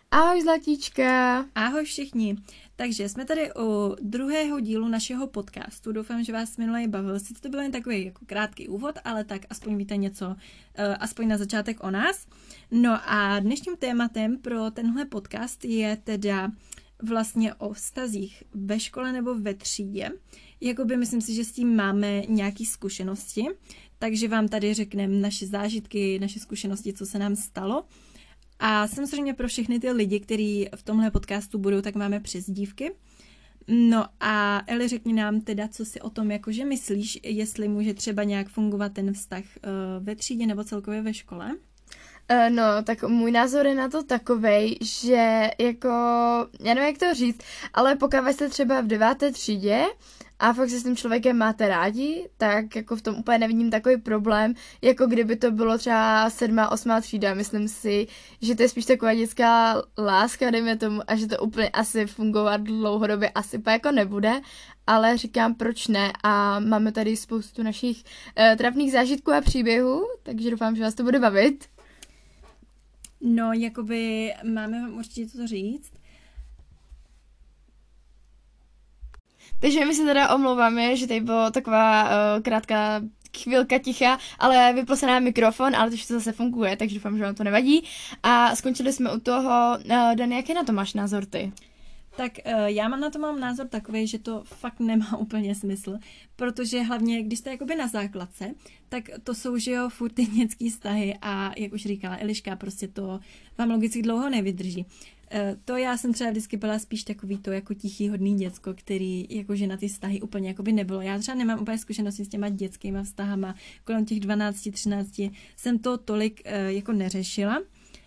Ahoj zlatíčka. Ahoj všichni. Takže jsme tady u druhého dílu našeho podcastu. Doufám, že vás minule bavil. Sice to byl jen takový jako krátký úvod, ale tak aspoň víte něco, aspoň na začátek o nás. No a dnešním tématem pro tenhle podcast je teda vlastně o vztazích ve škole nebo ve třídě. Jakoby myslím si, že s tím máme nějaké zkušenosti, takže vám tady řekneme naše zážitky, naše zkušenosti, co se nám stalo. A samozřejmě pro všechny ty lidi, kteří v tomhle podcastu budou, tak máme přezdívky. No a Eli, řekni nám teda, co si o tom jakože myslíš, jestli může třeba nějak fungovat ten vztah ve třídě nebo celkově ve škole? No, tak můj názor je na to takovej, že jako, já nevím, jak to říct, ale pokud jste třeba v 9. třídě a fakt se s tím člověkem máte rádi, tak jako v tom úplně nevidím takový problém, jako kdyby to bylo třeba 7., 8. třída. Myslím si, že to je spíš taková dětská láska, dejme tomu, a že to úplně asi fungovat dlouhodobě asi pak jako nebude, ale říkám, proč ne, a máme tady spoustu našich trapných zážitků a příběhů, takže doufám, že vás to bude bavit. No, jakoby máme vám určitě co říct. Takže my se teda omlouváme, že tady byla taková krátká chvilka ticha, ale vypl se nám mikrofon, ale to zase funguje, takže doufám, že vám to nevadí. A skončili jsme u toho. Dani, jaký na to máš názor ty? Tak já na to mám názor takový, že to fakt nemá úplně smysl, protože hlavně, když jste jakoby na základce, tak to jsou, že jo, furt ty dětský vztahy a jak už říkala Eliška, prostě to vám logicky dlouho nevydrží. To já jsem třeba vždycky byla spíš takový to jako tichý, hodný děcko, který jakože na ty vztahy úplně jakoby nebylo. Já třeba nemám úplně zkušenosti s těma dětskýma vztahama, kolem těch 12, 13 jsem to tolik jako neřešila.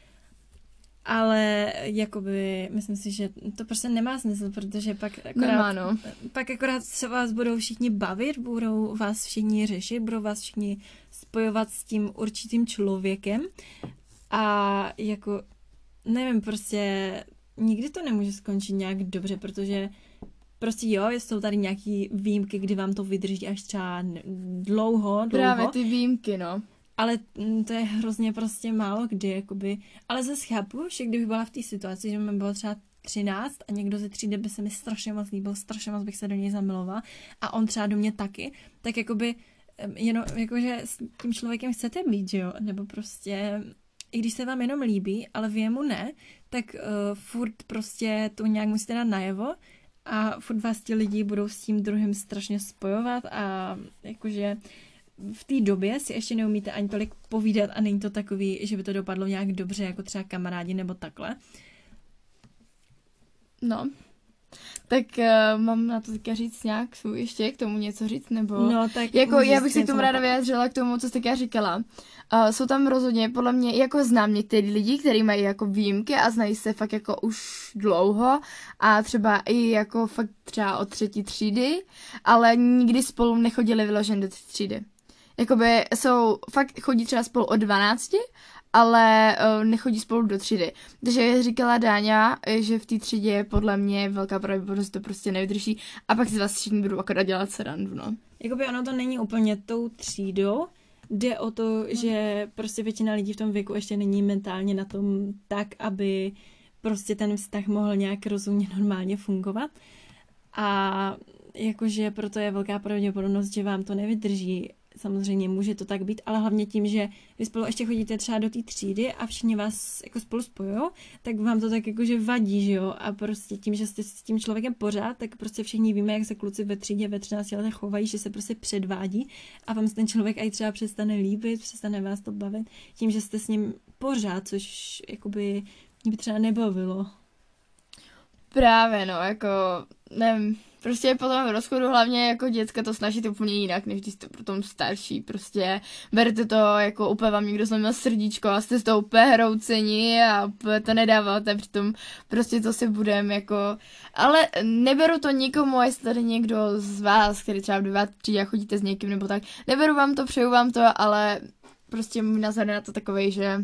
Ale jakoby, myslím si, že to prostě nemá smysl, protože pak akorát se vás budou všichni bavit, budou vás všichni řešit, budou vás všichni spojovat s tím určitým člověkem a jako, nevím, prostě nikdy to nemůže skončit nějak dobře, protože prostě jo, jsou tady nějaký výjimky, kdy vám to vydrží až třeba dlouho. Právě ty výjimky, no. Ale to je hrozně prostě málo kdy, jakoby. Ale zase chápu, že kdybych byla v té situaci, že mi bylo třeba 13 a někdo ze třídy by se mi strašně moc líbil, strašně moc bych se do něj zamilovala a on třeba do mě taky, tak jakoby jenom, jakože s tím člověkem chcete být, že jo? Nebo prostě, i když se vám jenom líbí, ale vy jemu ne, tak furt prostě to nějak musíte dát najevo a furt vás ti lidi budou s tím druhým strašně spojovat a jakože v té době si ještě neumíte ani tolik povídat a není to takový, že by to dopadlo nějak dobře, jako třeba kamarádi nebo takhle. No, tak mám na to teďka říct nějak svůj ještě k tomu něco říct, nebo... No, tak jako já bych si k tomu ráda vyjádřila k tomu, co jsi teďka říkala. Jsou tam rozhodně, podle mě, jako znám některý lidi, kteří mají jako výjimky a znají se fakt jako už dlouho a třeba i jako fakt třeba od 3. třídy, ale nikdy spolu nechodili vyložen do 3. třídy. Jakoby fakt chodí třeba spolu od 12, ale nechodí spolu do třídy. Takže říkala Dáňa, že v té třídě je podle mě velká pravděpodobnost, že to prostě nevydrží a pak si vás všichni budou akorát dělat srandu, no. Jakoby ono to není úplně tou třídou, jde o to, že prostě většina lidí v tom věku ještě není mentálně na tom tak, aby prostě ten vztah mohl nějak rozumně normálně fungovat a jakože proto je velká pravděpodobnost, že vám to nevydrží. Samozřejmě může to tak být, ale hlavně tím, že vy spolu ještě chodíte třeba do té třídy a všichni vás jako spolu spojujou, tak vám to tak jakože vadí, že jo? A prostě tím, že jste s tím člověkem pořád, tak prostě všichni víme, jak se kluci ve třídě ve 13 letech chovají, že se prostě předvádí a vám se ten člověk i třeba přestane líbit, přestane vás to bavit, tím, že jste s ním pořád, což jakoby mě by třeba nebavilo. Právě, no, jako, nevím, prostě potom v rozchodu hlavně jako děcka to snažíte úplně jinak, než když jste potom starší, prostě berte to, jako úplně vám někdo zlomil srdíčko a jste z toho úplně hrouceni a úplně to nedáváte, přitom prostě to si budeme jako, ale neberu to nikomu, jestli tady někdo z vás, který třeba v 9. třídě chodíte s někým nebo tak, neberu vám to, přeju vám to, ale prostě můj názor na to takovej, že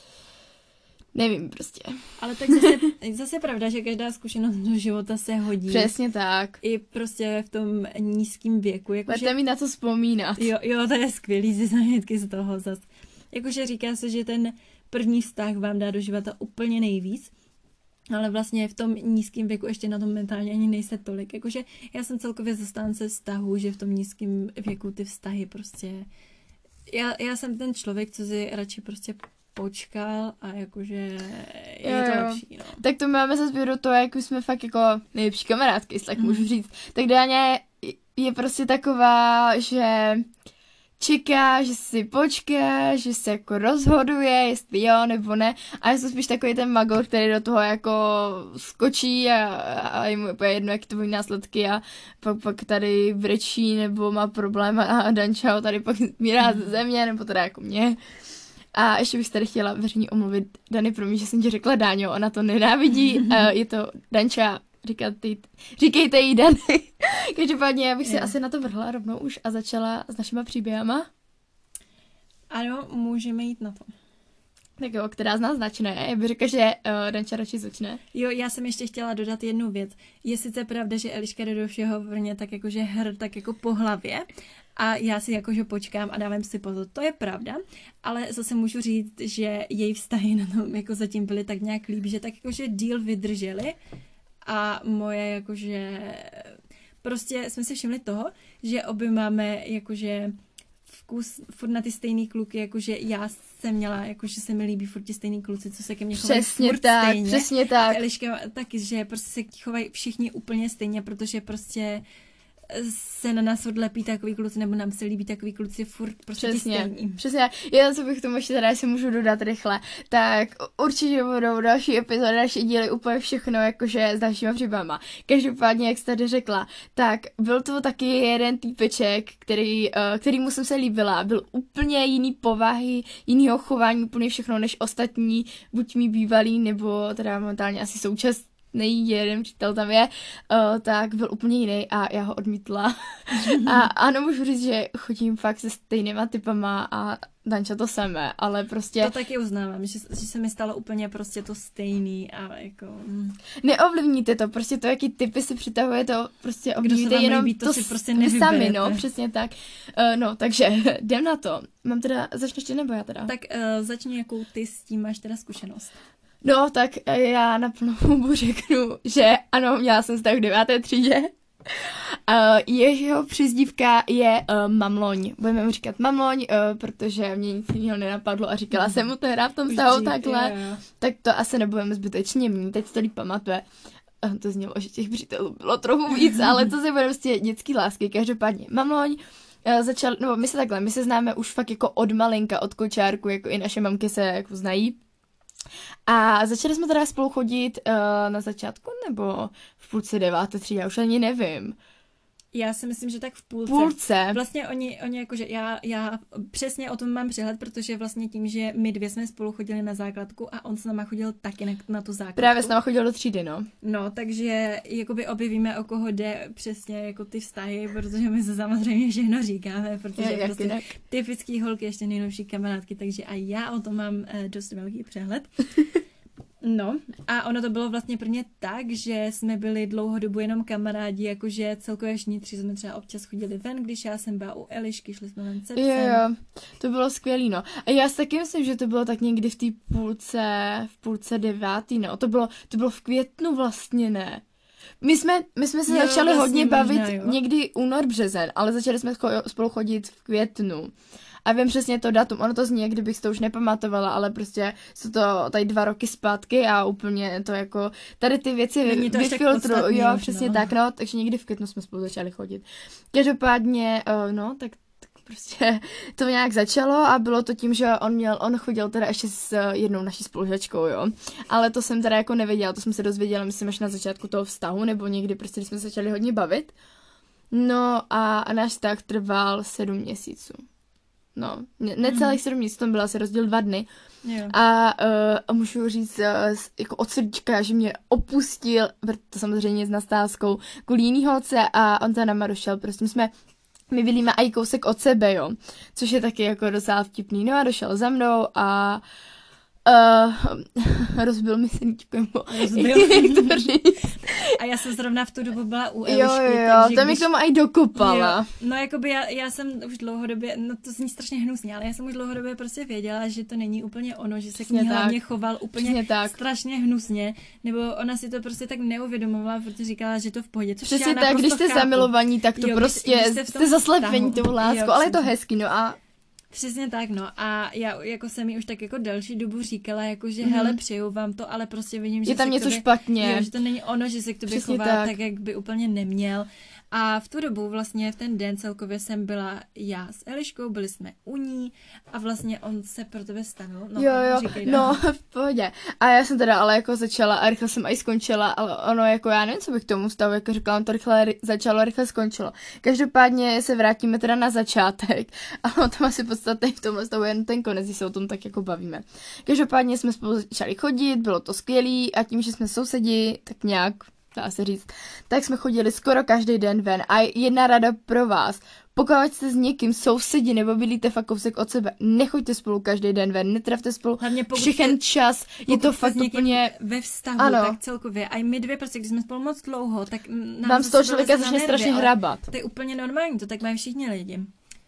nevím prostě. Ale tak zase pravda, že každá zkušenost do života se hodí. Přesně tak. I prostě v tom nízkém věku. Budete mít na co vzpomínat. Jo, to je skvělý si zážitky z toho zas. Jakože říká se, že ten první vztah vám dá do života úplně nejvíc. ale vlastně v tom nízkém věku ještě na tom mentálně ani nejste tolik. Jakože já jsem celkově zastánce vztahu, že v tom nízkém věku ty vztahy prostě... Já jsem ten člověk, co si radši prostě počkal a jakože je to lepší, no. Tak to máme za sběru to, jak už jsme fakt jako nejlepší kamarádky, jestli tak můžu říct. Tak Dáňa je prostě taková, že čeká, že si počká, že se jako rozhoduje, jestli jo nebo ne. A já jsem spíš takový ten magor, který do toho jako skočí a je mu jedno, jaký to bude následky a pak tady brečí nebo má problém a Danča ho tady pak mírá ze země, nebo teda jako mě. A ještě bych tady chtěla veřejně omluvit Dany, pro mě, že jsem ti řekla Dáňo, ona to nenávidí, je to Danča, říkejte jí Dany. Každopádně já bych se asi na to vrhla rovnou už a začala s našima příběhama. Ano, můžeme jít na to. Tak jo, která z nás začne? Já bych řekla, že Danča radši začne. Jo, já jsem ještě chtěla dodat jednu věc. Je sice pravda, že Eliška jde do všeho vrně tak jakože tak jako po hlavě a já si jakože počkám a dávám si pozor. To je pravda, ale zase můžu říct, že její vztahy na tom jako zatím byly tak nějak líp, že tak jakože díl vydrželi a moje jakože prostě jsme si všimli toho, že obě máme jakože vkus furt na ty stejný kluky, jakože já jsem měla, jakože se mi líbí furt ty stejný kluci, co se ke mně chovají furt stejně. Přesně tak. A Eliška taky, že prostě se chovají všichni úplně stejně, protože prostě se na nás odlepí takový kluci, nebo nám se líbí takový kluci furt prostě stejný. Přesně. Jen co bych tomu ještě teda, jestli můžu dodat rychle, tak určitě budou další epizody, další díly, úplně všechno, jakože s dalšíma příběhama. Každopádně, jak jsi tady řekla, tak byl to taky jeden týpeček, kterýmu jsem se líbila, byl úplně jiný povahy, jinýho chování, úplně všechno než ostatní, buď mý bývalý, nebo teda momentálně asi současný jeden přítel tam je, tak byl úplně jiný a já ho odmítla. A ano, můžu říct, že chodím fakt se stejnýma typama a Danča to samé, ale prostě... To taky uznávám, že se mi stalo úplně prostě to stejný a jako... Neovlivníte to, prostě to, jaký typy si přitahuje, to prostě ovlivníte jenom líbí, to si prostě nevyberete. Sami, no, přesně tak. No, takže jdem na to. Mám teda, začneš ty nebo já teda? Tak začni, jakou ty s tím máš teda zkušenost. No, tak já na plnou hubu řeknu, že ano, měla jsem vztah v 9. třídě. Jeho přezdívka je Mamloň. Budeme mu říkat Mamloň, protože mě nic jiného nenapadlo a říkala jsem mu teda v tom vztahu takhle. Tak to asi nebudeme zbytečně mít, teď to líp pamatuje. To znělo, že těch přítelů bylo trochu víc, ale to se bude prostě dětský lásky. Každopádně Mamloň my se známe už fakt jako od malinka, od kočárku, jako i naše mamky se jako znají. A začali jsme teda spolu chodit na začátku, nebo v půlce 9. třídy, já už ani nevím. Já si myslím, že tak v půlce. Vlastně oni jakože já přesně o tom mám přehled, protože vlastně tím, že my dvě jsme spolu chodili na základku a on s náma chodil taky na tu základku. Právě s náma chodil do třídy, no. No, takže jakoby objevíme, o koho jde přesně jako ty vztahy, protože my se samozřejmě všechno říkáme, protože prostě typický holky, ještě nejlepší kamarádky, takže a já o tom mám dost velký přehled. No, a ono to bylo vlastně pro ně tak, že jsme byli dlouhodobu jenom kamarádi, jakože celkově všichni jsme třeba občas chodili ven, když já jsem byla u Elišky, šli jsme ven se psem. Jo, to bylo skvělý, no. A já si taky myslím, že to bylo tak někdy v té půlce 9. no. To bylo v květnu vlastně, ne? My jsme se začali vlastně hodně bavit někdy únor, březen, ale začali jsme spolu chodit v květnu. A vím přesně to datum, ono to zní, jak kdybych to už nepamatovala, ale prostě jsou to tady 2 roky zpátky a úplně to jako, tady ty věci vyfiltruju, jo, přesně tak, no, takže někdy v květnu jsme spolu začali chodit. Každopádně, no, tak prostě to nějak začalo a bylo to tím, že on chodil teda ještě s jednou naší spolužačkou, jo, ale to jsem teda jako nevěděla, to jsem se dozvěděla, myslím, až na začátku toho vztahu, nebo někdy prostě, když jsme se začali hodně bavit. No a náš vztah trval 7 měsíců. No, necelých 7 měsíců, tam byl asi rozdíl 2 dny. Jo. A můžu říct jako od srdíčka, že mě opustil, to samozřejmě s nastázkou, kvůli jiný holce a on za náma došel. Prostě my bylíme i kousek od sebe, jo. Což je taky jako docela vtipný. No a došel za mnou a Rozbil mi srdíčko, nebo Rozbil. jak to říct. A já jsem zrovna v tu dobu byla u Elišky. Jo, to mi k tomu aj dokopala. Jo, no jakoby já jsem už dlouhodobě, no to zní strašně hnusně, ale já jsem už dlouhodobě prostě věděla, že to není úplně ono, že se k ní hlavně choval úplně strašně hnusně, nebo ona si to prostě tak neuvědomovala, protože říkala, že to v pohodě. Přesně tak, když jste zamilovaní, tak to prostě jste zaslepení tou láskou, ale je to hezký, no a přesně tak, no a já jako jsem jí už tak jako další dobu říkala, jako že hele, přeju vám to, ale prostě vidím, že je tam něco špatně. Jo, že to není ono, že se k tobě chová tak, jak by úplně neměl. A v tu dobu vlastně v ten den celkově jsem byla já s Eliškou, byli jsme u ní a vlastně on se pro tebe stavil. No, jo, říkej, no v pohodě. A já jsem teda ale jako začala a rychle jsem i skončila, ale ono jako já nevím, co bych k tomu stavu, jako říkala, on to rychle začalo, rychle skončilo. Každopádně se vrátíme teda na začátek, ale o tom asi podstatně v tomhle stavu jen ten konec, když se o tom tak jako bavíme. Každopádně jsme spolu začali chodit, bylo to skvělý a tím, že jsme sousedi, tak nějak dá se říct, tak jsme chodili skoro každý den ven. A jedna rada pro vás, pokud jste s někým sousedi nebo bydlíte fakt kousek od sebe, nechoďte spolu každý den ven, netravte spolu všechen čas, je to fakt úplně ve vztahu, ano. Tak celkově. A my dvě prostě, když jsme spolu moc dlouho, tak nám z toho člověka začne strašně hrabat. To je úplně normální, to tak mají všichni lidi.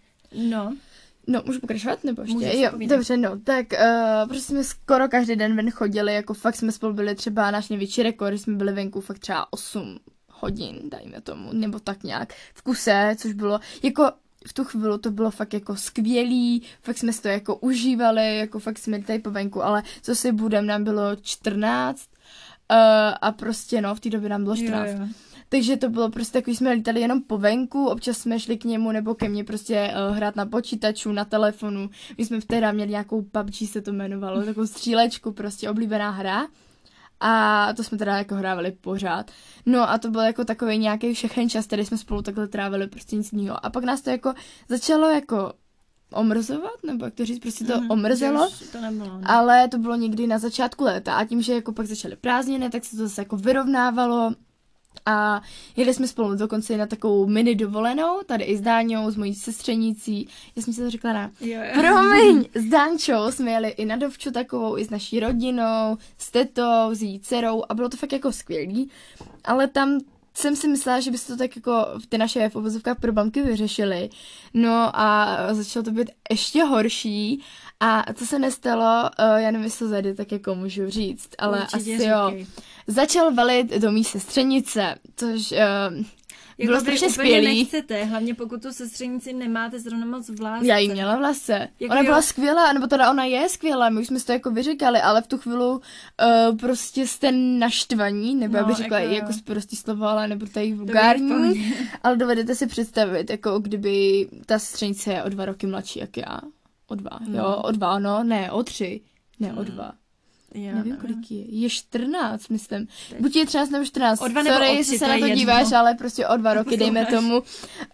No, můžu pokračovat, nebo ještě? Jo, dobře, no, tak prostě jsme skoro každý den ven chodili, jako fakt jsme spolu byli třeba náš největší rekord, jsme byli venku fakt třeba 8 hodin, dajme tomu, nebo tak nějak v kuse, což bylo, jako v tu chvíli to bylo fakt jako skvělý, fakt jsme si to jako užívali, jako fakt jsme tady po venku, ale co si budem, nám bylo 14 a prostě no, v té době nám bylo 14. Jo. Takže to bylo prostě takový, jsme lítali jenom po venku, občas jsme šli k němu nebo ke mně prostě hrát na počítaču, na telefonu. My jsme vtedy měli nějakou PUBG, se to jmenovalo, takovou střílečku, prostě oblíbená hra. A to jsme teda jako hrávali pořád. No a to byl jako takový nějaký všechen čas, který jsme spolu takhle trávili, prostě nic jiného. A pak nás to jako začalo jako omrzovat, nebo jak to říct, prostě to omrzelo, to nebylo, ne? Ale to bylo někdy na začátku léta a tím, že jako pak začaly prázdniny, tak se to zase jako vyrovnávalo. A jeli jsme spolu dokonce na takovou mini dovolenou, tady i s Dáňou, s mojí sestřenicí, já jsem si to řekla na promiň, s Dánčou jsme jeli i na dovču takovou, i s naší rodinou, s tetou, s její dcerou a bylo to fakt jako skvělý, ale tam jsem si myslela, že by se to tak jako v ty naše v obrazovkách problémky vyřešily. No a začalo to být ještě horší a co se nestalo, já nevím, jestli to zajde, tak jako můžu říct, ale určitě asi jo. Začal valit do mý sestřenice, což bylo strašně skvělý. Nechcete, hlavně pokud tu sestřenici nemáte zrovna moc v lásce. Já jí měla v lásce. Jako ona byla skvělá, nebo teda ona je skvělá, my už jsme si to jako vyříkali, ale v tu chvíli prostě jste naštvaní, nebo já bych řekla jako prostý slovo, ale nebo tady vulgární, ale dovedete si představit, jako kdyby ta sestřenice je o 2 roky mladší jak já. O 2, jo, o 2, no, ne, o 3, ne, o 2. Já nevím, kolik je 14, myslím. Buď je 13 nebo 14. O 2 nebo sorry, o 3, jestli se na to díváš, ale prostě o 2 roky, dejme tomu.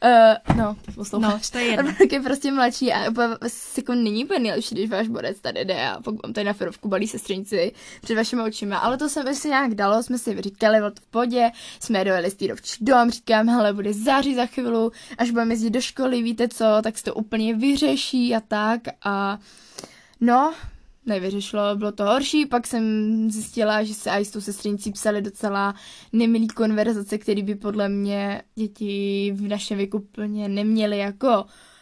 No, to je jedno. O 2 roky prostě mladší a si jako není úplně nejlepší, když váš borec tady jde a pokud vám tady na ferovku balí sestřenici před vašimi očima. Ale to se si nějak dalo, jsme si říkali, bylo to v podě, jsme dojeli z týdovčí dom, říkám, hele, bude září za chvíli, až budeme jezdit do školy, víte co, tak se to úplně vyřeší a tak a no, nevyřešilo, bylo to horší, pak jsem zjistila, že se i s tou sestřenicí psali docela nemilý konverzace, které by podle mě děti v našem věku úplně neměly jako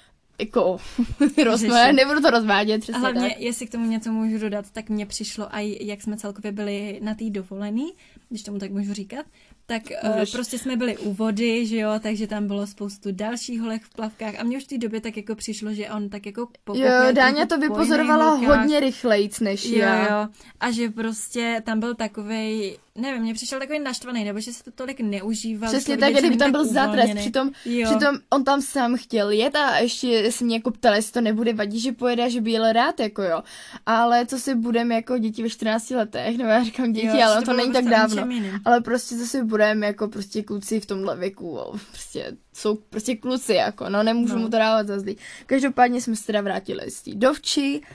nebudu to rozvádět. Přesně hlavně, tak. Jestli k tomu něco můžu dodat, tak mně přišlo i jak jsme celkově byli na té dovolený, když tomu tak můžu říkat, tak prostě jsme byli u vody, že jo, takže tam bylo spoustu dalších holek v plavkách a mně už v té době tak jako přišlo, že on tak jako jo, Dáňa to vypozorovala hodně rychlejc než já. Jo, a že prostě tam byl takovej, nevím, mně přišel takový naštvaný, nebo že se to tolik neužíval. Přesně tak, kdyby tam byl zátres, přitom on tam sám chtěl jet a ještě se mě jako ptali, jestli to nebude vadit, že pojede, že by jel rád, jako jo. Ale co si budeme jako děti ve 14 letech, nebo já říkám děti, ale to není tak dávno. Ale prostě co si budeme jako prostě kluci v tomhle věku, prostě jsou prostě kluci, jako, no nemůžu mu to dávat za zlý. Každopádně jsme se teda vrátili z té dovči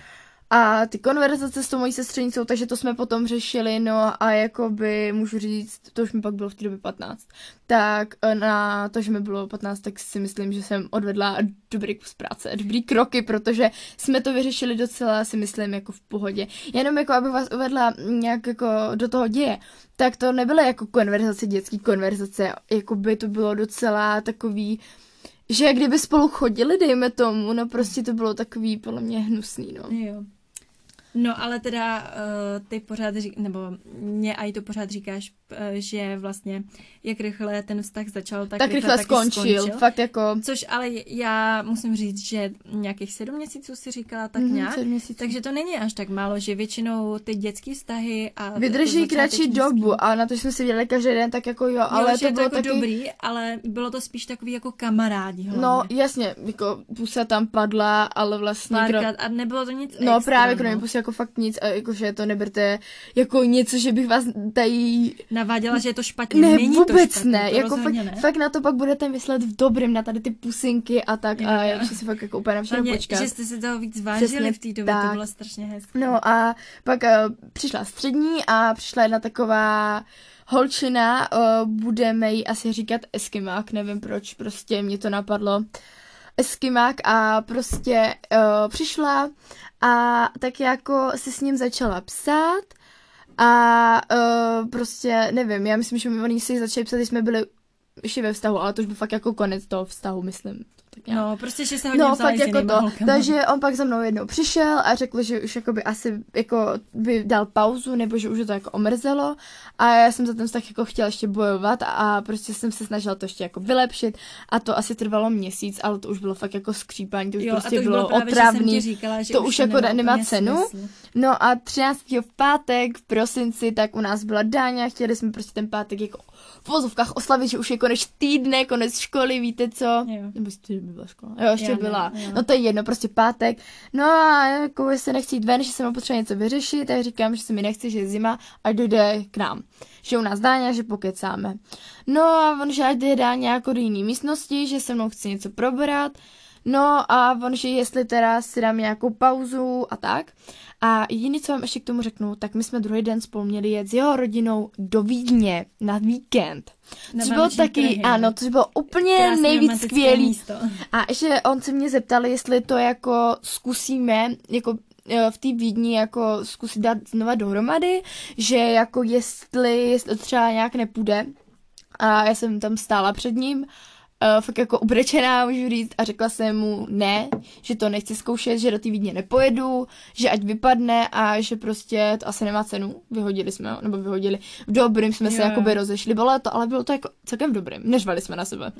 a ty konverzace s tou mojí sestřenicou, takže to jsme potom řešili, no a jakoby můžu říct, to už mi pak bylo v té době 15, tak na to, že mi bylo 15, tak si myslím, že jsem odvedla dobrý kus práce, dobrý kroky, protože jsme to vyřešili docela, si myslím, jako v pohodě. Jenom jako, aby vás uvedla nějak jako do toho děje, tak to nebyly jako konverzace, dětský konverzace, jakoby to bylo docela takový, že kdyby spolu chodili, dejme tomu, no prostě to bylo takový, podle mě, hnusný, no. Jo. No, ale teda ty pořád nebo mě i to pořád říkáš, že vlastně jak rychle ten vztah začal, tak rychle skončil. Fakt jako... Což ale já musím říct, že nějakých 7 měsíců si říkala tak nějak, takže to není až tak málo, že většinou ty dětský vztahy a vydrží kratší dobu a na to jsme si viděli každý den, tak jako jo, ale to bylo jako taky... dobrý, ale bylo to spíš takový jako kamarádi hlavně. No jasně, jako pusa tam padla, ale vlastně... Párkrát a nebylo to nic no extra, právě kromě pusy jako fakt nic a jakože to neberte jako něco, že bych vás tady... Naváděla, že je to špatně. Ne, není vůbec to špatně, ne. To jako ne. Fakt na to pak budete myslet v dobrým, na tady ty pusinky a tak. A já si fakt jako úplně na všechno počkat. Že jste si toho víc vážili přesně v té době, tak. To bylo strašně hezké. No a pak přišla střední a přišla jedna taková holčina, budeme jí asi říkat Eskimák, nevím proč, prostě mě to napadlo. Eskimák a prostě přišla a tak jako si s ním začala psát a prostě nevím, já myslím, že oni si začali psát, když jsme byli ještě ve vztahu, ale to už byl fakt jako konec toho vztahu, myslím. No, prostě, že se hodně vzali s jinýma holkama. Takže on pak za mnou jednou přišel a řekl, že už jakoby asi jako by dal pauzu, nebo že už to jako omrzelo a já jsem za ten vztah jako chtěla ještě bojovat a prostě jsem se snažila to ještě jako vylepšit a to asi trvalo měsíc, ale to už bylo fakt jako skřípání, to už prostě to už bylo otravný, říkala, že to už jako nemá cenu. Smysl. No a 13. v pátek v prosinci, tak u nás byla Dáňa, chtěli jsme prostě ten pátek jako v vozovkách oslavit, že už je konec týdne, konec školy, víte co? Jo. Nebo by byla škola. Jo, ještě byla. No to je jedno, prostě pátek. No a jako se nechci jít ven, že jsem potřeba něco vyřešit, tak říkám, že se mi nechce, že je zima a dojde k nám. Že u nás Dáňa, že pokecáme. No a on, že ať jde Dáňa jako do jiný místnosti, že se mnou chce něco probrat. No a on, že jestli teda si dám nějakou pauzu a tak. A jediné, co vám ještě k tomu řeknu, tak my jsme druhý den spolu měli jet s jeho rodinou do Vídně na víkend. Což bylo taky, trhy, ano, to bylo úplně krásný, nejvíc skvělý. Místo. A ještě on se mě zeptal, jestli to jako zkusíme, jako v té Vídni jako zkusit dát znova dohromady, že jako jestli to třeba nějak nepůjde. A já jsem tam stála před ním, fakt jako ubrečená, můžu říct, a řekla jsem mu ne, že to nechci zkoušet, že do té Vídně nepojedu, že ať vypadne a že prostě to asi nemá cenu. Vyhodili jsme ho, nebo vyhodili. V dobrým jsme se jakoby rozešli, ale bylo to jako celkem v dobrým. Neřvali jsme na sebe.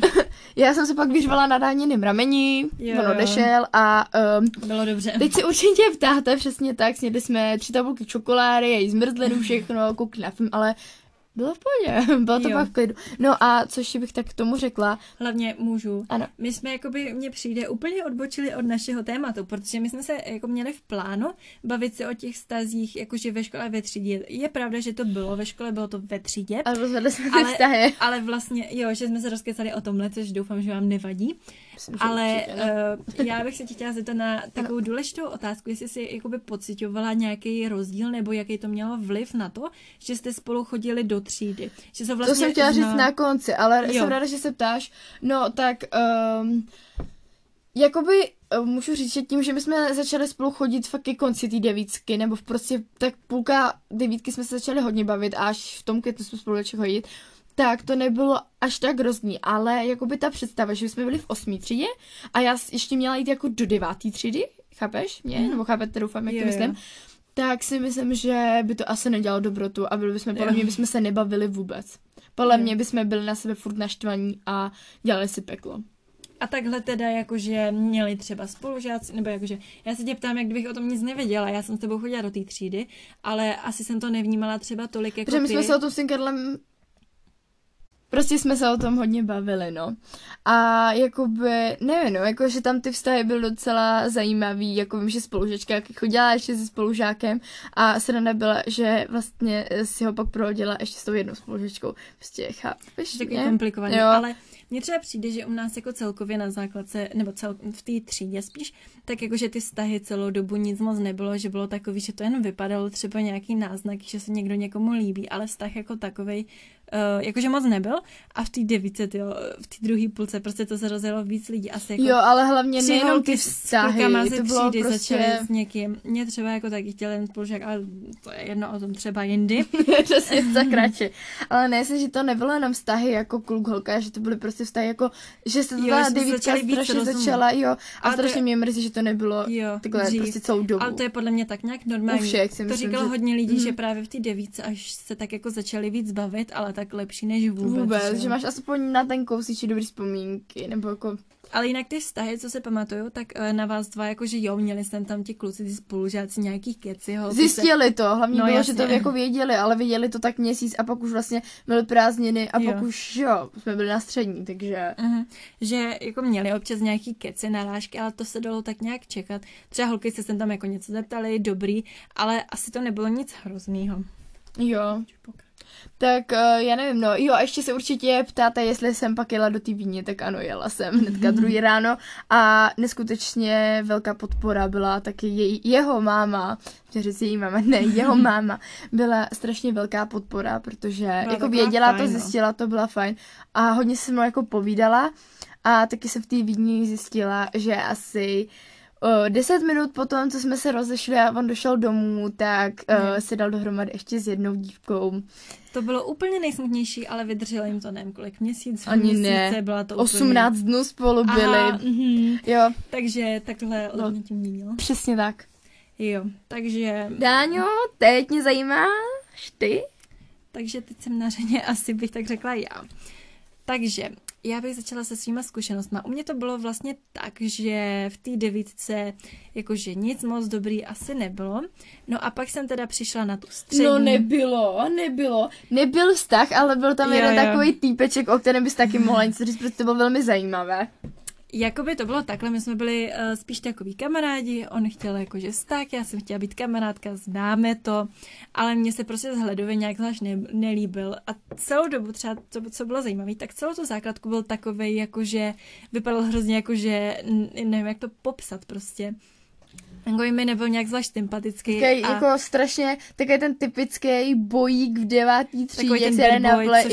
Já jsem se pak vyřvala na Dáněným rameni, on odešel a bylo dobře. Teď si určitě ptáte přesně tak, snědli jsme 3 tabulky čokolády, její zmrzlinu, všechno, koukli na film, ale bylo v pohodě, bylo to pak v klidu. No a co ještě bych tak k tomu řekla? Hlavně můžu. Ano. My jsme, jakoby, mně přijde, úplně odbočili od našeho tématu, protože my jsme se jako měli v plánu bavit se o těch vztazích, jakože ve škole ve třídě. Je pravda, že to bylo ve škole, bylo to ve třídě. Ale rozvedli jsme ty vztahy. Ale vlastně, jo, že jsme se rozkecali o tomhle, což doufám, že vám nevadí. Myslím, ale já bych se tě chtěla zeptat na takovou důležitou otázku, jestli jsi jakoby pocitovala nějaký rozdíl, nebo jaký to mělo vliv na to, že jste spolu chodili do třídy. Že to, vlastně to jsem chtěla říct na konci, ale jsem ráda, že se ptáš. No tak, jakoby můžu říct, že tím, že my jsme začali spolu chodit fakt ke konci té 9, nebo prostě tak půlka 9 jsme se začali hodně bavit a až v tom květnu jsme spolu začali chodit, tak to nebylo až tak hrozný, ale jakoby ta představa, že jsme byli v 8. třídě a já ještě měla jít jako do 9. třídy, chápeš mě? Nebo chápete, doufám, jak to myslím. Tak si myslím, že by to asi nedělalo dobrotu a byli bychom, podle mě bychom se nebavili vůbec. Podle mě bychom byli na sebe furt naštvaní a dělali si peklo. A takhle teda jakože měli třeba spolužáci, nebo jakože, já se tě ptám, jak kdybych o tom nic nevěděla, já jsem s tebou chodila do té třídy, ale asi jsem to nevnímala třeba tolik jako protože my jsme se o tom s tím Karlem prostě jsme se o tom hodně bavili, no. A jakoby, nevím, no, jako, že tam ty vztahy byly docela zajímavý, jako vím, že spolužačka chodila ještě se spolužákem a sranda byla, že vlastně si ho pak prohodila ještě s tou jednou spolužačkou. Prostě chápeš, takový komplikovaný, jo. Ale mně třeba přijde, že u nás jako celkově na základce, nebo v té třídě spíš, tak jakože ty vztahy celou dobu nic moc nebylo, že bylo takový, že to jen vypadalo třeba nějaký náznak, že se někdo někomu líbí, ale vztah jako takovej jakože moc nebyl a v té devíce, v té druhé půlce prostě to se rozjelo víc lidí asi jako... Jo, ale hlavně nejenom ty vztahy, to bylo prostě... začaly s někým. Mě třeba jako taky chtěl jen spolužák, ale to je jedno o tom třeba jindy. Přesně tak radši. Ale ne, že to nebylo jenom vztahy jako kluk holka, že to byly prostě vztahy jako, že se to ta devítka strašně začala, jo, a strašně mě mrzí, že to nebylo takhle dřív. Prostě celou dobu. Ale to je podle mě tak nějak normální. Všech, to říkalo hodně lidí, že právě v té devíce, až se tak jako začali víc bavit, ale tak lepší než vůbec. Že máš aspoň na ten kousíček dobrý vzpomínky, nebo jako... Ale jinak ty vztahy, co se pamatuju, tak na vás dva, jakože jo, měli jsem tam ti kluci, ty spolužáci, nějaký keci. Zjistili to, hlavně bylo, jasně. Že to jako věděli, ale věděli to tak měsíc a pak už vlastně byly prázdniny a pak už, jo, jsme byli na střední, takže... Že jako měli občas nějaký keci, narážky, ale to se dalo tak nějak čekat. Třeba holky se sem tam jako něco zeptali, dobrý, ale asi to nebylo nic hroznýho. Jo. Tak já nevím, no jo, a ještě se určitě ptáte, jestli jsem pak jela do té Vídně, tak ano, jela jsem hnedka druhý ráno a neskutečně velká podpora byla taky jeho máma, chtěl říct její máma, ne, jeho máma, byla strašně velká podpora, protože byla jako věděla fajn, to, zjistila, to byla fajn a hodně se mnou jako povídala a taky se v té Vídni zjistila, že asi 10 minut potom, co jsme se rozešli a on došel domů, tak se dal dohromady ještě s jednou dívkou. To bylo úplně nejsmutnější, ale vydrželo jim to nevím kolik měsíců. Ani ne, byla to 18 úplně... dnů spolu byli. Jo. Takže takhle od tím měnilo. Přesně tak. Jo, takže... Dáňo, teď mě zajímáš ty? Takže teď jsem na řadě, asi bych tak řekla já. Takže já bych začala se svýma zkušenostma. U mě to bylo vlastně tak, že v té devítce jakože nic moc dobrý asi nebylo. No a pak jsem teda přišla na tu střední. No nebylo. Nebyl vztah, ale byl tam jeden takový týpeček, o kterém bys taky mohla něco říct, protože to bylo velmi zajímavé. Jakoby to bylo takhle, my jsme byli spíš takový kamarádi, on chtěl jakože vztah, já jsem chtěla být kamarádka, známe to, ale mně se prostě vzhledově nějak zvlášť nelíbil a celou dobu třeba, co bylo zajímavé, tak celou tu základku byl takovej, jakože vypadal hrozně jakože, nevím jak to popsat prostě. Takový mi nebyl nějak zvlášť sympatický. Takový jako strašně, takový ten typický bojík v 9. třídě, který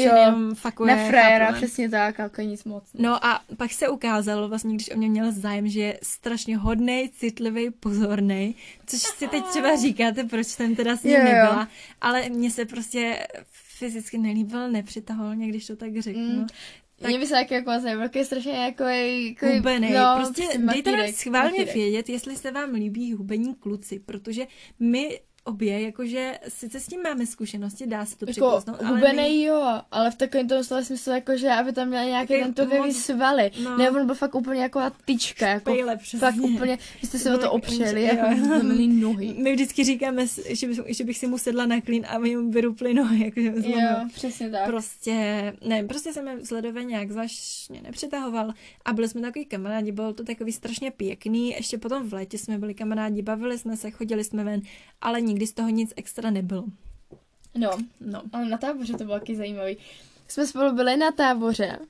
na frajera, přesně tak, jako nic moc. No a pak se ukázalo vlastně, když o mě měl zájem, že je strašně hodnej, citlivý, pozornej, což si teď třeba říkáte, proč jsem teda s ním nebyla, ale mně se prostě fyzicky nelíbil, nepřitahoval mě, když to tak řeknu. Mně by se taky jako je strašně jako hubenej. Prostě dejte nám schválně vědět, jestli se vám líbí hubení kluci, protože my obě, jakože sice s tím máme zkušenosti, dá se to přikousnout, ale hubenej jo, ale v takovém tom slova smyslu, jakože aby tam měl nějaký ten tukový svaly. No. Ne, on byl fakt úplně jako tyčka, jako fakt úplně, že jste se o to opřeli, jako nohy. My vždycky říkáme, že bych si mu sedla na klín a my mu vyrupli nohy, jakože přesně tak. Prostě se mi vzhledově nějak zvláštně nepřitahoval a byli jsme takový kamarádi, bylo to takový strašně pěkný, ještě potom v létě jsme byli kamarádi, bavili jsme se, chodili jsme ven, ale nikdy z toho nic extra nebylo. No, ale na táboře to bylo taky zajímavý. Jsme spolu byli na táboře.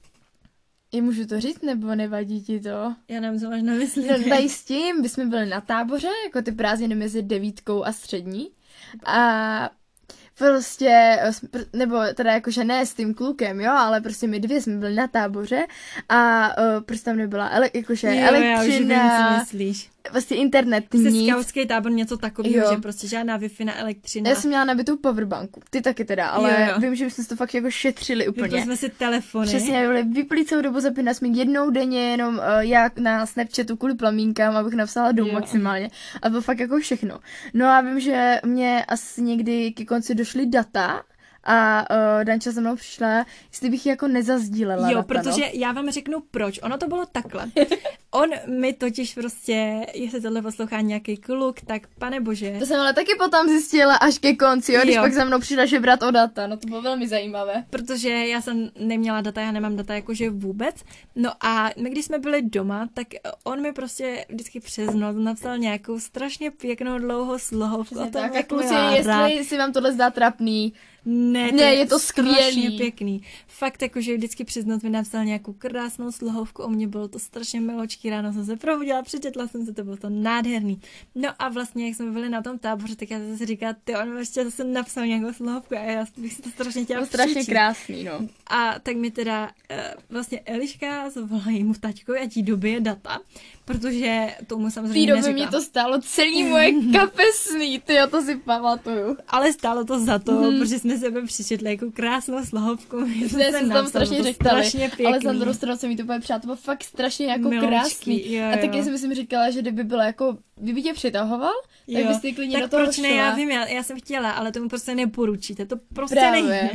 Můžu to říct, nebo nevadí ti to? Já nevím, co máš na mysli. No, tady s tím, my jsme byli na táboře, jako ty prázdniny mezi 9 a střední. A prostě, nebo teda jakože ne s tím klukem, jo, ale prostě my dvě jsme byli na táboře a prostě tam nebyla elektřina, vlastně internet nic. Skautský tábor něco takového, že prostě žádná Wi-Fi na elektřina. Já jsem měla nabitou powerbanku, ty taky teda, ale vím, že jsme si to fakt jako šetřili úplně. Vypli jsme si telefony. Přesně, byli vyplý celou dobu, zapínali jsme jednou denně, jenom jak na Snapchatu kvůli plamínkám, abych napsala domů maximálně. A bylo fakt jako všechno. No a vím, že mě asi někdy ke konci došly data a Danča za mnou přišla, jestli bych ji jako nezazdílela. Jo, protože já vám řeknu proč. Ono to bylo takhle. On mi totiž prostě, jestli tohle poslouchá nějaký kluk, tak pane bože. To jsem ale taky potom zjistila až ke konci, jo, když pak za mnou přišla žebrat o data. No to bylo velmi zajímavé. Protože já jsem neměla data, já nemám data jakože vůbec. No a my, když jsme byli doma, tak on mi prostě vždycky přes noc napsal nějakou strašně pěknou dlouhou slohovku. Tak a kluci, jestli si vám tohle zdá trapný. Ne, je to skvělý. Pěkný. Fakt jakože vždycky přes noc mi napsal nějakou krásnou slohovku o mě, bylo to strašně miločký, ráno jsem se probudila, přečetla jsem se, to bylo to nádherný. No a vlastně, jak jsme byli na tom táboře, tak já jsem si říkala, on ještě zase napsal nějakou slohovku a já bych si to strašně chtěla přečíst. Strašně krásný, no. A tak mi teda vlastně Eliška zavolala jejímu taťkovi, ať jí dobije data, protože tomu samozřejmě neříkám. V té době mě to stálo celý moje kapesný, tyjo, to si pamatuju. Ale stálo to za to, protože jsme sebe přečetli jako krásnou slohovku. Jsme se tam strašně řektali, ale za druhou stranu se mi to bude přát, to bylo fakt strašně jako krásný. Jo. A taky jsem si říkala, že kdyby bylo jako, kdyby tě přitahoval, tak bys ty klidně do toho proč ne, já vím, já jsem chtěla, ale tomu prostě neporučíte, to prostě nejde.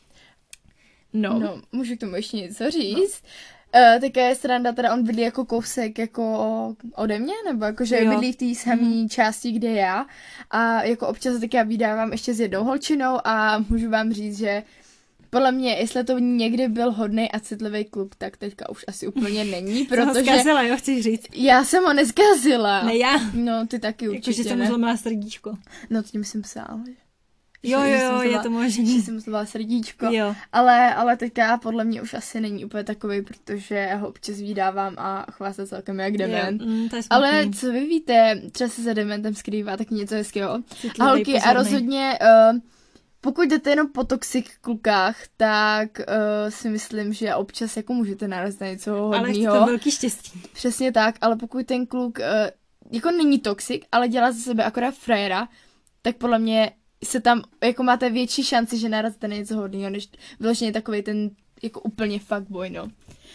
No, můžu k tomu ještě něco říct. Taká je sranda, teda on bydlí jako kousek jako ode mě, nebo jakože bydlí v té samé části, kde já a jako občas tak já vydávám ještě s jednou holčinou a můžu vám říct, že podle mě, jestli to někdy byl hodnej a citlivý kluk, tak teďka už asi úplně není, protože... Jsem ho zkazila, jo, chci říct. Já jsem ho neskazila. Ne, já. No, ty taky určitě, jakože jsem zlomila srdíčko. No, tím jsem psala. Jo, je to možný. Že jsem zlomila srdíčko. Jo. Ale teďka podle mě už asi není úplně takovej, protože já ho občas vydávám a chová se celkem jak dement. Ale co vy víte, třeba se za dementem skrývá taky něco hezkého. A holky, a rozhodně... Pokud jdete jenom po toxic klukách, tak si myslím, že občas jako můžete narazit na něco hodného. Ale to velký štěstí. Přesně tak, ale pokud ten kluk jako není toxic, ale dělá ze sebe akorát frajera, tak podle mě se tam jako máte větší šanci, že narazíte na něco hodného, než vyloženě takovej ten jako úplně fuckboy, no.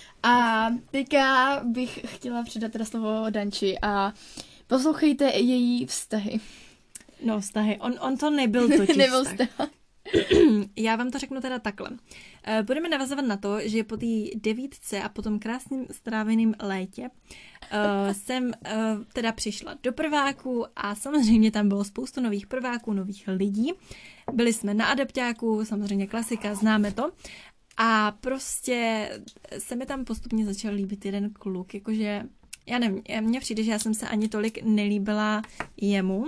A teďka bych chtěla předat teda slovo Danči a poslouchejte její vztahy. No, vztahy. On to nebyl totiž nebyl vztah. Já vám to řeknu teda takhle. Budeme navazovat na to, že po té 9 a po tom krásným stráveným létě jsem teda přišla do prváku a samozřejmě tam bylo spoustu nových prváků, nových lidí. Byli jsme na adapťáku, samozřejmě klasika, známe to. A prostě se mi tam postupně začal líbit jeden kluk, jakože, já nevím, mně přijde, že já jsem se ani tolik nelíbila jemu,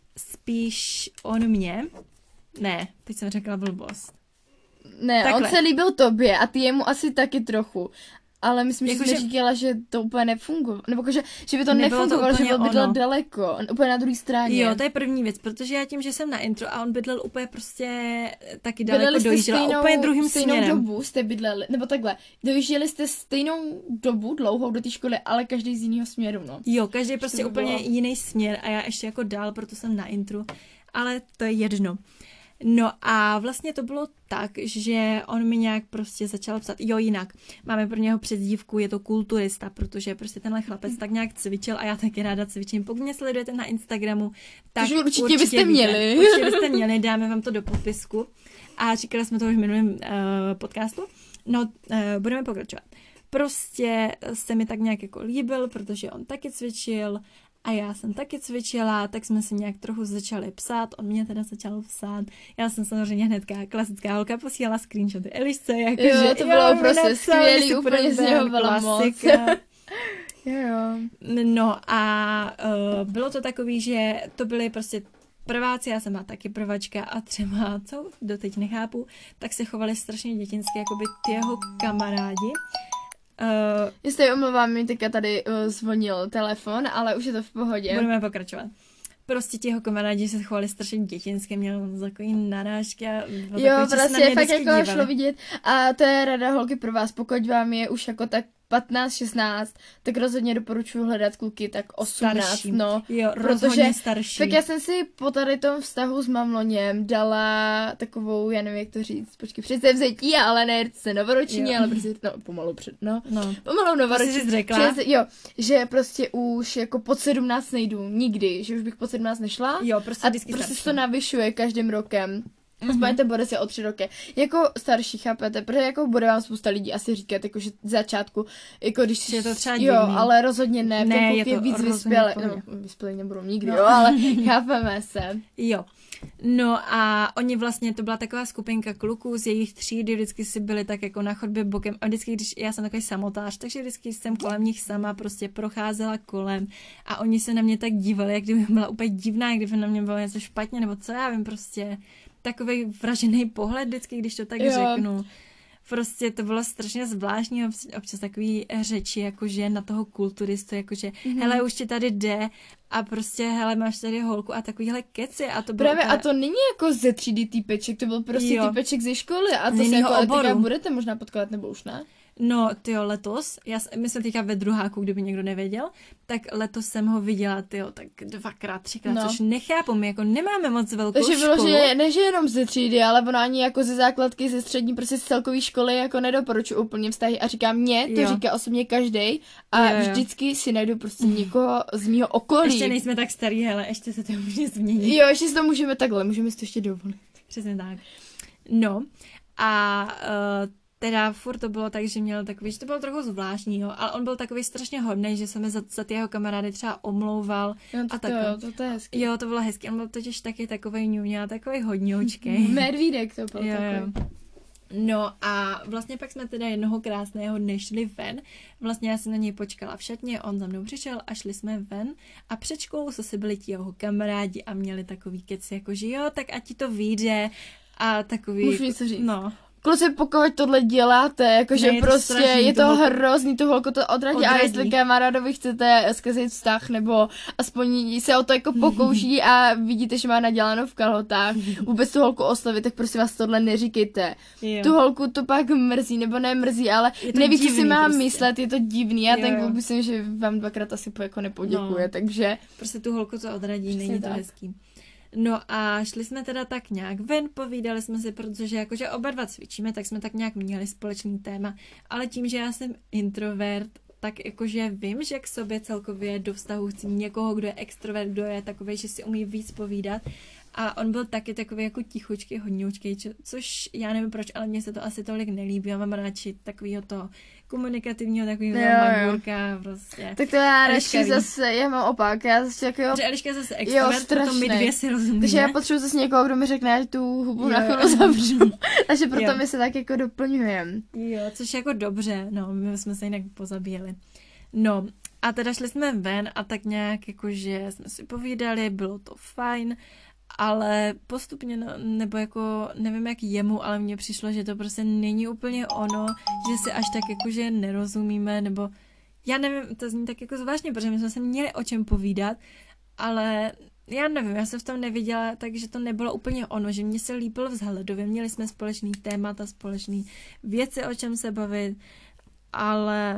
spíš on mě. Ne, teď jsem řekla blbost. Ne, takhle. On se líbil tobě a ty jemu asi taky trochu. Ale myslím, že jsi říkala, že to úplně nefungovalo. Nebo že by to nefungovalo, že byl bydlel daleko, úplně na druhé straně. Jo, to je první věc, protože já tím, že jsem na intro a on bydlel úplně prostě taky daleko dojížděl, úplně druhým směrem. Stejnou dobu jste bydleli, nebo takhle, dojížděli jste stejnou dobu dlouhou do té školy, ale každý z jiného směru, no. Jo, každý prostě úplně jiný směr a já ještě jako dál, proto jsem na intro, ale to je jedno. No a vlastně to bylo tak, že on mi nějak prostě začal psát, jo jinak, máme pro něho přezdívku, je to kulturista, protože prostě tenhle chlapec tak nějak cvičil a já taky ráda cvičím. Pokud mě sledujete na Instagramu, tak určitě byste měli. Určitě byste měli, dáme vám to do popisku. A říkali jsme to už v minulém podcastu. No, budeme pokračovat. Prostě se mi tak nějak jako líbil, protože on taky cvičil a já jsem taky cvičila, tak jsme si nějak trochu začali psát, on mě teda začal psát. Já jsem samozřejmě hnedka klasická holka posílala screenshoty Elišce, jakože to bylo prostě skvělý, úplně z něho byla moc. Jo. No a bylo to takový, že to byly prostě prváci, já jsem má taky prvačka a třeba, co doteď nechápu, tak se chovali strašně dětinsky, jako by ty jeho kamarádi. Jestli omlouvám, mi teďka tady zvonil telefon, ale už je to v pohodě. Budeme pokračovat. Prostě ti jeho kamarádi se chovali strašně dětinské, měl takový narážky a jo, prostě fakt jako šlo vidět a to je rada holky pro vás, pokud vám je už jako tak 15, 16, tak rozhodně doporučuji hledat kluky tak 18, starší. No. Jo, rozhodně starší. Tak já jsem si po tady tom vztahu s mamloněm dala takovou, já nevím jak to říct, předsevzetí, ale ne se novoroční, ale prostě, pomalu pomalu novoroční. Jo, že prostě už jako pod 17 nejdu nikdy, že už bych pod 17 nešla. Jo, prostě a prostě to navyšuje každým rokem. Aspoň ten Boris je o 3 roky. Jako starší, chápete? Protože jako bude vám spousta lidí asi říkat, jako že v začátku, jako když je to třeba jo, divný. ale rozhodně ne, Ne, pokud je je to víc rozhodně vyspělý. No, vyspělý nebudou nikdy, jo, ale chápeme se. Jo. No a oni vlastně, to byla taková skupinka kluků z jejich třídy, vždycky si byli tak jako na chodbě bokem a vždycky, když já jsem takový samotář, takže vždycky jsem kolem nich sama prostě procházela kolem a oni se na mě tak dívali, jak kdyby byla úplně divná, jak kdyby na mě bylo něco špatně, nebo co já vím, prostě takovej vražený pohled vždycky, když to tak řeknu. Prostě to bylo strašně zvláštní, občas takový řeči, jakože na toho kulturistu, jakože hele, už ti tady jde a prostě hele, máš tady holku a takovýhle keci a to bylo právě a to není jako ze třídy týpeček, to byl prostě týpeček ze školy a to se jako teďka budete možná potkávat, nebo už ne? No, tyjo, letos, my jsme teďka ve druháku, kdyby někdo nevěděl, tak letos jsem ho viděla, tyjo, tak 2x, 3x, což nechápu, my jako nemáme moc velkou školu. Takže bylo, že ne, že jenom ze třídy, ale ono ani jako ze základky, ze střední, prostě z celkový školy jako nedoporučuji úplně vztahy a říkám, mě to říká osobně každej a vždycky si najdu prostě někoho z mýho okolí. Ještě nejsme tak starý, hele, ještě se to může změnit. Jo, ještě si to můžeme takhle, můžeme si to ještě dovolit. Přesně tak. No a teda furt to bylo tak, že měl takový, že to bylo trochu zvláštní, jo, ale on byl takový strašně hodnej, že se mi za ty jeho kamarády třeba omlouval a tak. To je hezký. Jo, to bylo hezký, on byl totiž taky takovej ňuňa, takovej hodňoučkej. Medvídek to byl takový. Jo. No a vlastně pak jsme teda jednoho krásného dne šli ven. Vlastně já jsem na něj počkala v šatně, on za mnou přišel a šli jsme ven. A před školou se byli ti jeho kamarádi a měli takový keci, jako že jo, tak ať ti to vyjde a takový... Můžu něco říct? No. Kluci, pokud tohle děláte, jakože prostě je to hrozný, tu holku to odradí. A jestli kamarádovi chcete zkazit vztah, nebo aspoň se o to jako pokouší a vidíte, že má nadělanou v kalhotách, vůbec tu holku oslovit, tak prostě vás tohle neříkejte. Jo. Tu holku to pak mrzí, nebo nemrzí, ale neví, co si má myslet, je to divný. Já ten kluk myslím, že vám 2x asi jako nepoděkuje, takže... Prostě tu holku to odradí, není to hezký. No a šli jsme teda tak nějak ven, povídali jsme si, protože jakože oba dva cvičíme, tak jsme tak nějak měli společný téma, ale tím, že já jsem introvert, tak jakože vím, že k sobě celkově do vztahu chci někoho, kdo je extrovert, kdo je takový, že si umí víc povídat. A on byl taky takový jako tichučký, hodňoučký, což já nevím proč, ale mně se to asi tolik nelíbí. Já mám radši takovýho to komunikativního, takovýho magurka, prostě. Tak to já radši zase, já mám opak, já zase takového... Protože Eliška je zase extrovert, proto my dvě si rozumíme. Takže já potřebuji zase někoho, kdo mi řekne, že tu hubu na chvíli zavřu. Takže proto my se tak jako doplňujeme. Jo, což jako dobře, no, my jsme se jinak pozabíjeli. No, a teda šli jsme ven a tak nějak jakože jsme si povídali, bylo to fajn, ale postupně, nebo jako, nevím jak jemu, ale mně přišlo, že to prostě není úplně ono, že si až tak jakože nerozumíme, nebo já nevím, to zní tak jako zvláštně, protože my jsme se měli o čem povídat, ale já nevím, já jsem v tom neviděla, takže to nebylo úplně ono, že mě se líbil vzhledově, měli jsme společný témata, společný věci, o čem se bavit, ale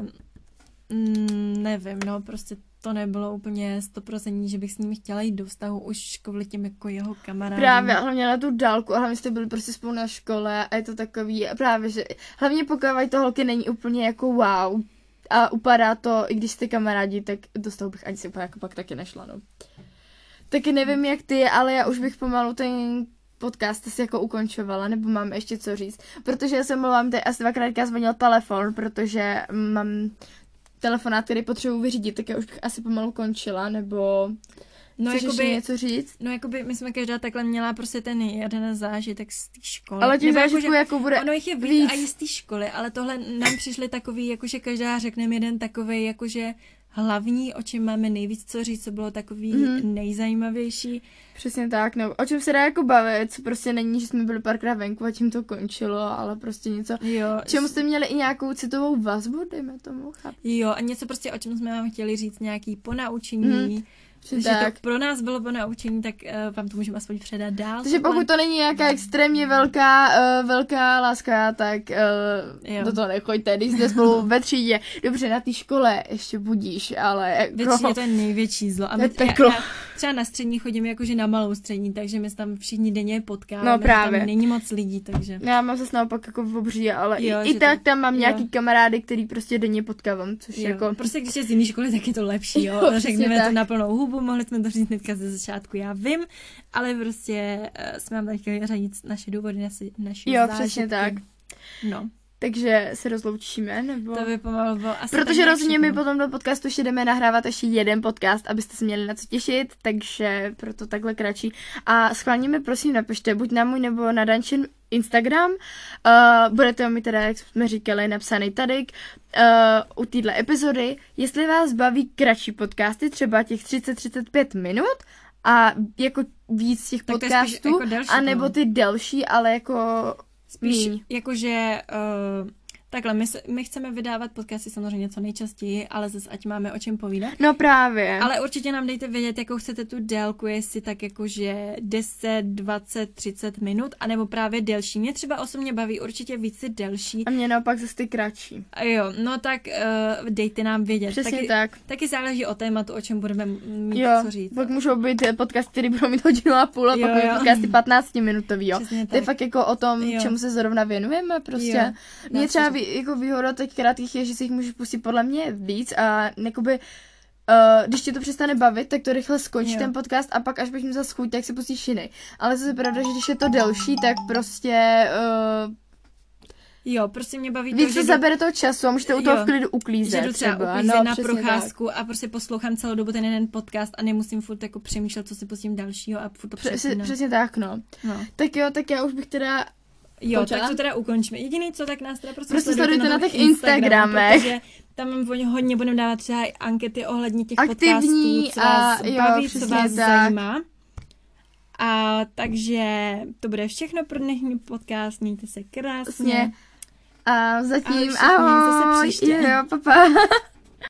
nevím, no, prostě to nebylo úplně 100%, že bych s ním chtěla jít do vztahu už kvůli těm jako jeho kamarádům. Právě, hlavně na tu dálku a hlavně jste byli prostě spolu na škole a je to takový, právě, že hlavně pokud to holky není úplně jako wow a upadá to, i když jste kamarádi, tak do vztahu bych ani si úplně jako pak taky nešla, no. Taky nevím jak ty, ale já už bych pomalu ten podcast si jako ukončovala, nebo mám ještě co říct, protože já se mluvám, teď asi 2krát zvonil telefon, protože mám telefonát, který potřebuji vyřídit, tak já už bych asi pomalu končila, nebo chceš ještě něco říct? No jakoby my jsme každá takhle měla prostě ten jeden zážitek z té školy. Ale těch zážitků jako bude ono jich je víc a i z té školy, ale tohle nám přišly takový, jakože každá řekneme jeden takovej, jakože hlavní, o čem máme nejvíc co říct, co bylo takový nejzajímavější. Přesně tak, no, o čem se dá jako bavit, co prostě není, že jsme byli párkrát venku a tím to končilo, ale prostě něco, čemu jste měli i nějakou citovou vazbu, dejme tomu, chápu. Jo, a něco prostě, o čem jsme vám chtěli říct, nějaký ponaučení, že to pro nás bylo ponaučení, tak vám to můžeme aspoň předat dál. Takže pokud to není nějaká extrémně velká láska, tak do toho nechoďte, když jste spolu ve třídě. Dobře, na té škole ještě budíš, ale jako... Ve třídě to je největší zlo. A peklo. třeba na střední chodím jakože na malou střední, takže my se tam všichni denně potkáváme. No právě. Tam není moc lidí, takže. Já mám zase naopak jako v Obří, ale Jo, i že tak to- tam mám jo. nějaký kamarády, který prostě denně potkávám, což Jo. jako... Prostě když je z jiný školy, tak je to lepší, jo. Jo, přesně Řekneme to tak. na plnou hubu, mohli jsme to říct hnedka ze začátku, já vím, ale prostě jsme vám tady chtěli řadit naše důvody, naše Jo, zážitky. přesně tak. No, Takže se rozloučíme, nebo... to by pomalu bylo asi Protože tak rozhodně my všechno. potom do podcastu ještě jdeme nahrávat ještě jeden podcast, abyste se měli na co těšit, takže proto takhle kratší. A schválně mi prosím napište, buď na můj nebo na Dančin Instagram, budete mi teda, jak jsme říkali, napsaný tady u téhle epizody, jestli vás baví kratší podcasty, třeba těch 30-35 minut, a jako víc těch Tak to je spíš podcastů, jako delší, a nebo no. ty delší, ale jako Spíš míň. jakože takhle, my chceme vydávat podcasty samozřejmě co nejčastěji, ale zase ať máme o čem povídat. No právě. Ale určitě nám dejte vědět, jakou chcete tu délku, jestli tak jakože 10, 20, 30 minut, anebo právě delší. Mě třeba osobně baví určitě více delší. A mě naopak zase ty kratší. A jo, no tak dejte nám vědět. Přesně tak. Taky záleží o tématu, o čem budeme mít Jo, co říct. pak můžou být podcast, který budou mít 1,5 hodiny a pak Jo, budou jo. podcasty 15-minutový, jo. Přesně To je tak. fakt jako o tom, Jo. čemu se zrovna věnujeme, prostě. Jo, Mně dá třeba se říct. jako výhoda těch krátkých je, že si jich můžeš pustit podle mě víc a jakoby, když tě to přestane bavit, tak to rychle skončí Jo. ten podcast a pak až budeš mít zase chuť, tak si pustíš jiný. Ale zase je pravda, že když je to delší, tak prostě Jo, prostě mě baví víc to, to že zabere toho času a můžete u toho Jo. v klidu uklízet. že jdu třeba třeba. uklízet na přesně procházku a prostě poslouchám celou dobu ten jeden podcast a nemusím furt jako přemýšlet, co si pustím dalšího a furt to tak. přepínám. Přesně tak, no. No. Tak jo, tak já už bych teda Jo, Počala? tak to teda ukončíme. Jediný co, tak nás teda Prostě sledujte na tom těch Instagramech. Protože tam hodně budeme dávat třeba i ankety ohledně těch Aktivní podcastů, co vás a jo, baví, co přesně vás tak. zajímá. A takže to bude všechno pro dnešní podcast. Mějte se krásně. Vlastně. A zatím Ahoj všichni, zase ahoj. příště. Jo, papa.